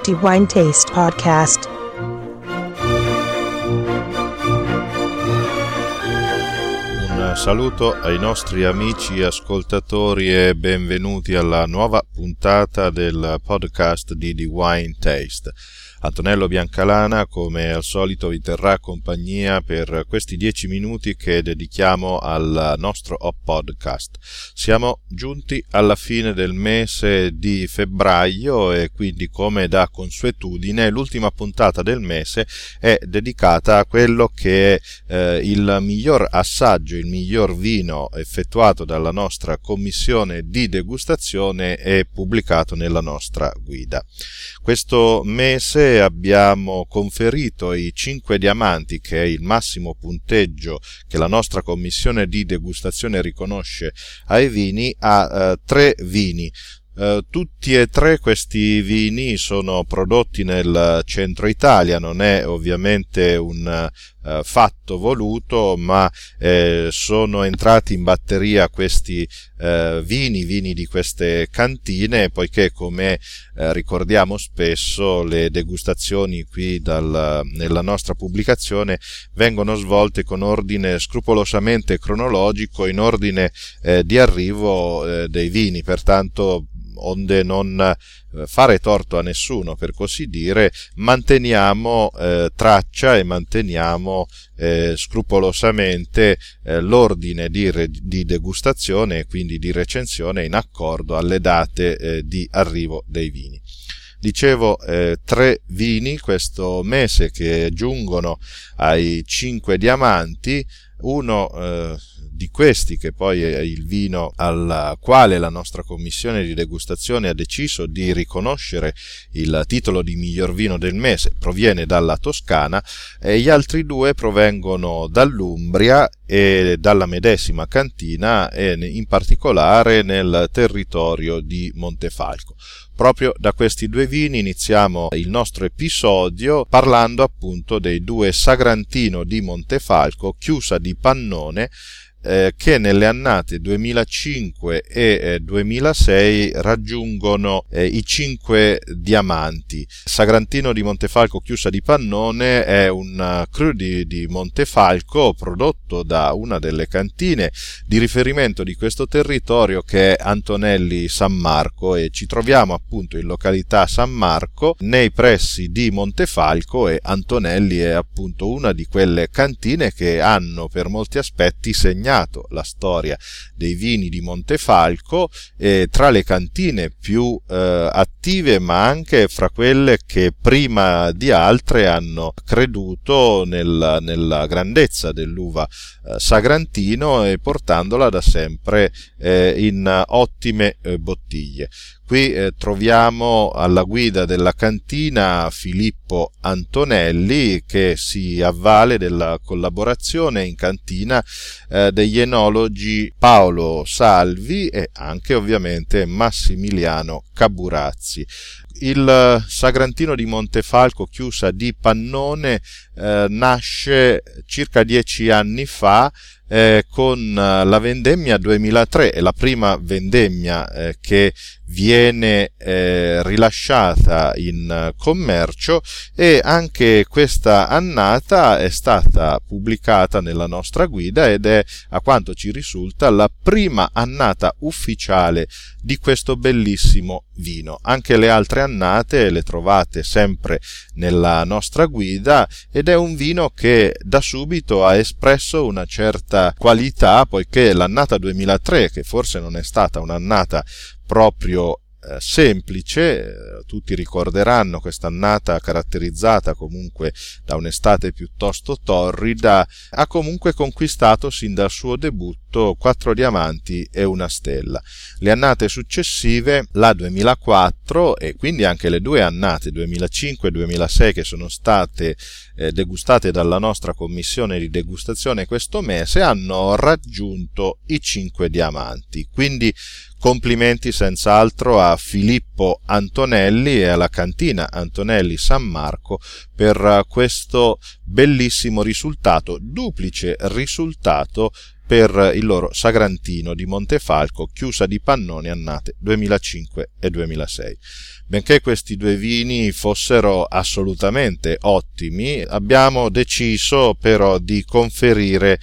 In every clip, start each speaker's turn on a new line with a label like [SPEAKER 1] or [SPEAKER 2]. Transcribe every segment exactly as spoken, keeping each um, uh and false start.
[SPEAKER 1] The Wine Taste Podcast.
[SPEAKER 2] Un saluto ai nostri amici ascoltatori e benvenuti alla nuova puntata del podcast di The Wine Taste. Antonello Biancalana, come al solito, vi terrà compagnia per questi dieci minuti che dedichiamo al nostro Hop Podcast. Siamo giunti alla fine del mese di febbraio e quindi, come da consuetudine, l'ultima puntata del mese è dedicata a quello che è eh, il miglior assaggio, il miglior vino effettuato dalla nostra commissione di degustazione e pubblicato nella nostra guida. Questo mese abbiamo conferito i cinque diamanti, che è il massimo punteggio che la nostra commissione di degustazione riconosce ai vini, a eh, tre vini. Uh, tutti e tre questi vini sono prodotti nel centro Italia. Non è ovviamente un uh, fatto voluto, ma eh, sono entrati in batteria questi uh, vini, vini di queste cantine, poiché, come uh, ricordiamo spesso, le degustazioni qui dal, nella nostra pubblicazione vengono svolte con ordine scrupolosamente cronologico, in ordine eh, di arrivo eh, dei vini, pertanto onde non fare torto a nessuno, per così dire, manteniamo eh, traccia e manteniamo eh, scrupolosamente eh, l'ordine di, re- di degustazione e quindi di recensione in accordo alle date eh, di arrivo dei vini. Dicevo, eh, tre vini questo mese che giungono ai cinque diamanti. Uno eh, di questi, che poi è il vino al quale la nostra commissione di degustazione ha deciso di riconoscere il titolo di miglior vino del mese, proviene dalla Toscana, e gli altri due provengono dall'Umbria e dalla medesima cantina, e in particolare nel territorio di Montefalco. Proprio da questi due vini iniziamo il nostro episodio parlando appunto dei due Sagrantino di Montefalco, Chiusa di Pannone, eh, che nelle annate duemilacinque e eh, duemilasei raggiungono eh, i cinque diamanti. Sagrantino di Montefalco Chiusa di Pannone è un cru di, di Montefalco prodotto da una delle cantine di riferimento di questo territorio, che è Antonelli San Marco, e ci troviamo appunto in località San Marco nei pressi di Montefalco, e Antonelli è appunto una di quelle cantine che hanno per molti aspetti segnato la storia dei vini di Montefalco, e tra le cantine più eh, attive, ma anche fra quelle che prima di altre hanno creduto nel, nella grandezza dell'uva eh, Sagrantino, e portandola da sempre eh, in ottime eh, bottiglie. Qui eh, troviamo alla guida della cantina Filippo Antonelli, che si avvale della collaborazione in cantina eh, degli enologi Paolo Salvi e anche ovviamente Massimiliano Caburazzi. Il Sagrantino di Montefalco Chiusa di Pannone eh, nasce circa dieci anni fa eh, con la vendemmia duemilatré, è la prima vendemmia eh, che viene eh, rilasciata in commercio, e anche questa annata è stata pubblicata nella nostra guida ed è, a quanto ci risulta, la prima annata ufficiale di questo bellissimo vino. Anche le altre annate le trovate sempre nella nostra guida, ed è un vino che da subito ha espresso una certa qualità, poiché l'annata duemilatré, che forse non è stata un'annata proprio eh, semplice, eh, tutti ricorderanno quest'annata caratterizzata comunque da un'estate piuttosto torrida, ha comunque conquistato sin dal suo debutto quattro diamanti e una stella. Le annate successive, la duemilaquattro e quindi anche le due annate duemilacinque e duemilasei, che sono state eh, degustate dalla nostra commissione di degustazione questo mese, hanno raggiunto i cinque diamanti. Quindi complimenti senz'altro a Filippo Antonelli e alla cantina Antonelli San Marco per questo bellissimo risultato, duplice risultato per il loro Sagrantino di Montefalco, chiusa di Pannoni, annate duemilacinque e duemilasei. Benché questi due vini fossero assolutamente ottimi, abbiamo deciso però di conferire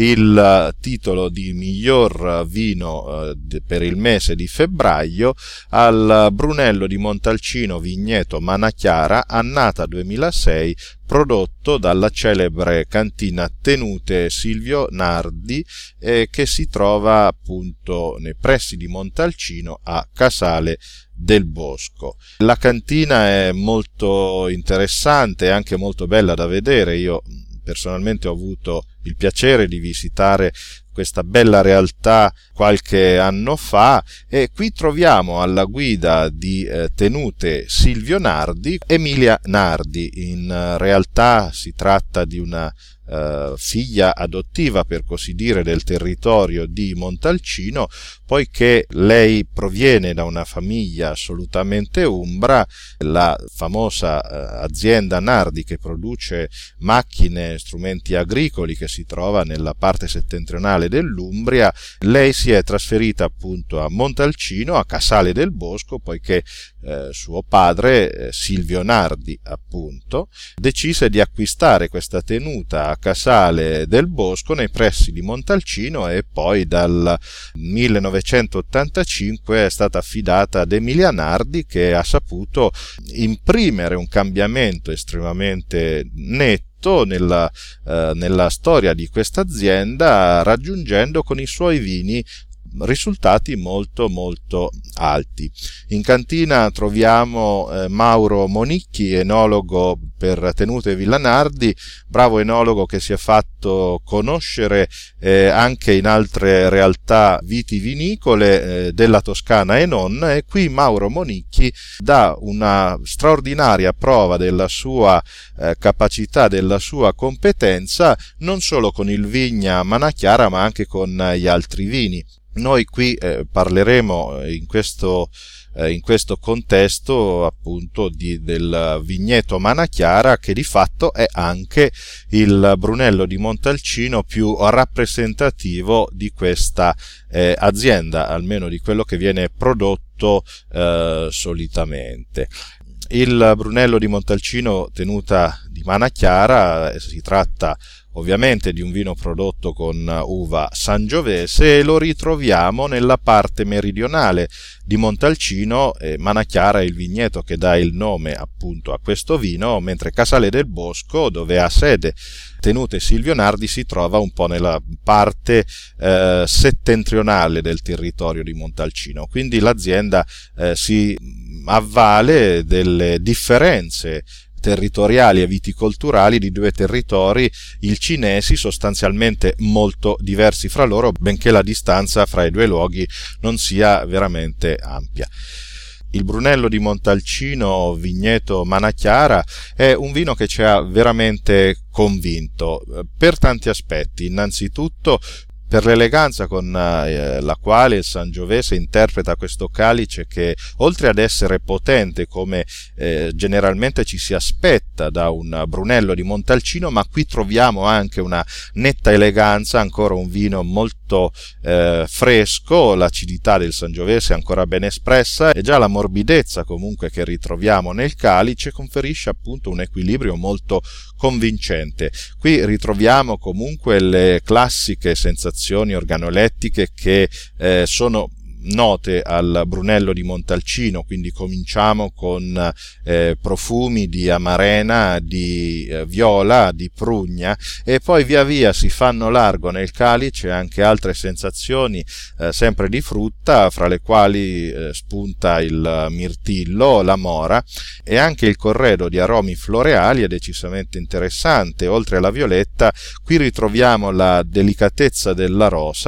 [SPEAKER 2] il titolo di miglior vino eh, per il mese di febbraio al Brunello di Montalcino Vigneto Manachiara, annata duemilasei, prodotto dalla celebre cantina Tenute Silvio Nardi, eh, che si trova appunto nei pressi di Montalcino a Casale del Bosco. La cantina è molto interessante e anche molto bella da vedere. Io personalmente ho avuto il piacere di visitare questa bella realtà qualche anno fa, e qui troviamo alla guida di eh, Tenute Silvio Nardi Emilia Nardi. In realtà si tratta di una Uh, figlia adottiva, per così dire, del territorio di Montalcino, poiché lei proviene da una famiglia assolutamente umbra. La famosa uh, azienda Nardi, che produce macchine e strumenti agricoli, che si trova nella parte settentrionale dell'Umbria, lei si è trasferita appunto a Montalcino, a Casale del Bosco, poiché eh, suo padre, eh, Silvio Nardi appunto, decise di acquistare questa tenuta a Casale del Bosco nei pressi di Montalcino, e poi dal millenovecentottantacinque è stata affidata ad Emilia Nardi, che ha saputo imprimere un cambiamento estremamente netto nella, eh, nella storia di questa azienda, raggiungendo con i suoi vini risultati molto molto alti. In cantina troviamo eh, Mauro Monicchi, enologo per Tenute Villanardi, bravo enologo che si è fatto conoscere eh, anche in altre realtà vitivinicole eh, della Toscana e non, e qui Mauro Monicchi dà una straordinaria prova della sua eh, capacità, della sua competenza, non solo con il Vigna Manachiara ma anche con gli altri vini. Noi qui eh, parleremo in questo, eh, in questo contesto appunto di, del vigneto Manachiara, che di fatto è anche il Brunello di Montalcino più rappresentativo di questa eh, azienda, almeno di quello che viene prodotto eh, solitamente. Il Brunello di Montalcino tenuta di Manachiara eh, si tratta ovviamente di un vino prodotto con uva sangiovese, e lo ritroviamo nella parte meridionale di Montalcino. eh, Manachiara è il vigneto che dà il nome appunto a questo vino, mentre Casale del Bosco, dove ha sede Tenute Silvio Nardi, si trova un po' nella parte eh, settentrionale del territorio di Montalcino. Quindi l'azienda eh, si avvale delle differenze territoriali e viticolturali di due territori, il cinesi, sostanzialmente molto diversi fra loro, benché la distanza fra i due luoghi non sia veramente ampia. Il Brunello di Montalcino Vigneto Manachiara è un vino che ci ha veramente convinto per tanti aspetti. Innanzitutto per l'eleganza con eh, la quale il Sangiovese interpreta questo calice, che oltre ad essere potente come eh, generalmente ci si aspetta da un Brunello di Montalcino, ma qui troviamo anche una netta eleganza, ancora un vino molto eh, fresco, l'acidità del Sangiovese è ancora ben espressa, e già la morbidezza comunque che ritroviamo nel calice conferisce appunto un equilibrio molto convincente. Qui ritroviamo comunque le classiche sensazioni organolettiche che eh, sono note al Brunello di Montalcino, quindi cominciamo con eh, profumi di amarena, di eh, viola, di prugna, e poi via via si fanno largo nel calice anche altre sensazioni eh, sempre di frutta, fra le quali eh, spunta il mirtillo, la mora, e anche il corredo di aromi floreali è decisamente interessante. Oltre alla violetta qui ritroviamo la delicatezza della rosa,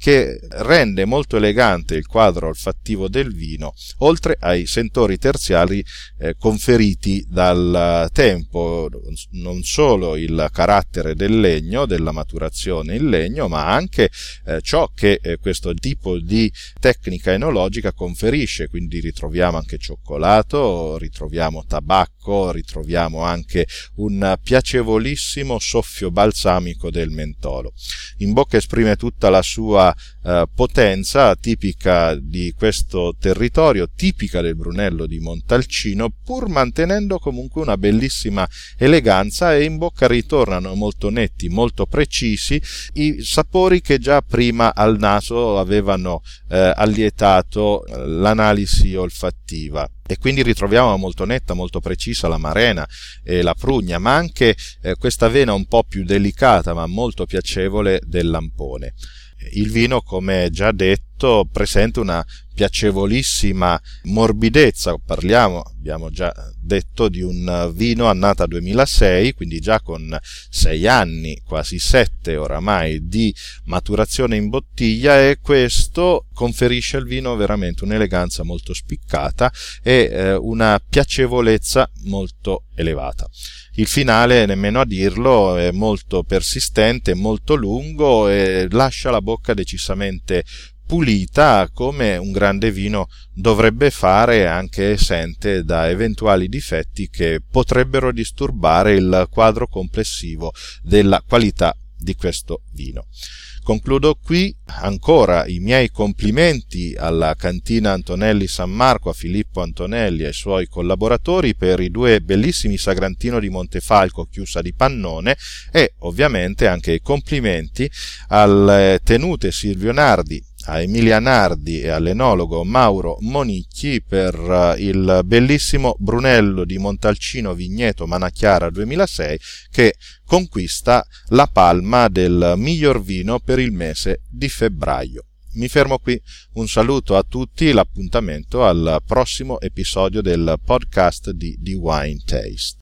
[SPEAKER 2] che rende molto elegante il quadro olfattivo del vino, oltre ai sentori terziari eh, conferiti dal tempo, non solo il carattere del legno, della maturazione in legno, ma anche eh, ciò che eh, questo tipo di tecnica enologica conferisce. Quindi ritroviamo anche cioccolato, ritroviamo tabacco, ritroviamo anche un piacevolissimo soffio balsamico del mentolo. In bocca esprime tutta la sua eh, potenza, tipica di questo territorio, tipica del Brunello di Montalcino, pur mantenendo comunque una bellissima eleganza, e in bocca ritornano molto netti, molto precisi i sapori che già prima al naso avevano eh, allietato l'analisi olfattiva. E quindi ritroviamo molto netta, molto precisa l'amarena e la prugna, ma anche eh, questa vena un po' più delicata ma molto piacevole del lampone. Il vino, come già detto, presenta una piacevolissima morbidezza. Parliamo, abbiamo già detto, di un vino annata duemilasei, quindi già con sei anni, quasi sette oramai, di maturazione in bottiglia, e questo conferisce al vino veramente un'eleganza molto spiccata e eh, una piacevolezza molto elevata. Il finale, nemmeno a dirlo, è molto persistente, molto lungo e lascia la bocca decisamente pulita, come un grande vino dovrebbe fare, anche esente da eventuali difetti che potrebbero disturbare il quadro complessivo della qualità di questo vino. Concludo qui. Ancora i miei complimenti alla Cantina Antonelli San Marco, a Filippo Antonelli e ai suoi collaboratori per i due bellissimi Sagrantino di Montefalco chiusa di Pannone, e ovviamente anche i complimenti alle tenute Silvio Nardi, a Emilia Nardi e all'enologo Mauro Monicchi per il bellissimo Brunello di Montalcino Vigneto Manacchiara duemilasei, che conquista la palma del miglior vino per il mese di febbraio. Mi fermo qui, un saluto a tutti, l'appuntamento al prossimo episodio del podcast di The Wine Taste.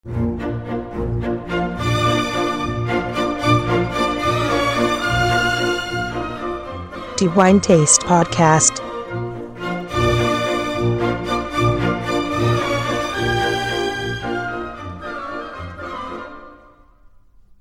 [SPEAKER 1] The Wine Taste Podcast.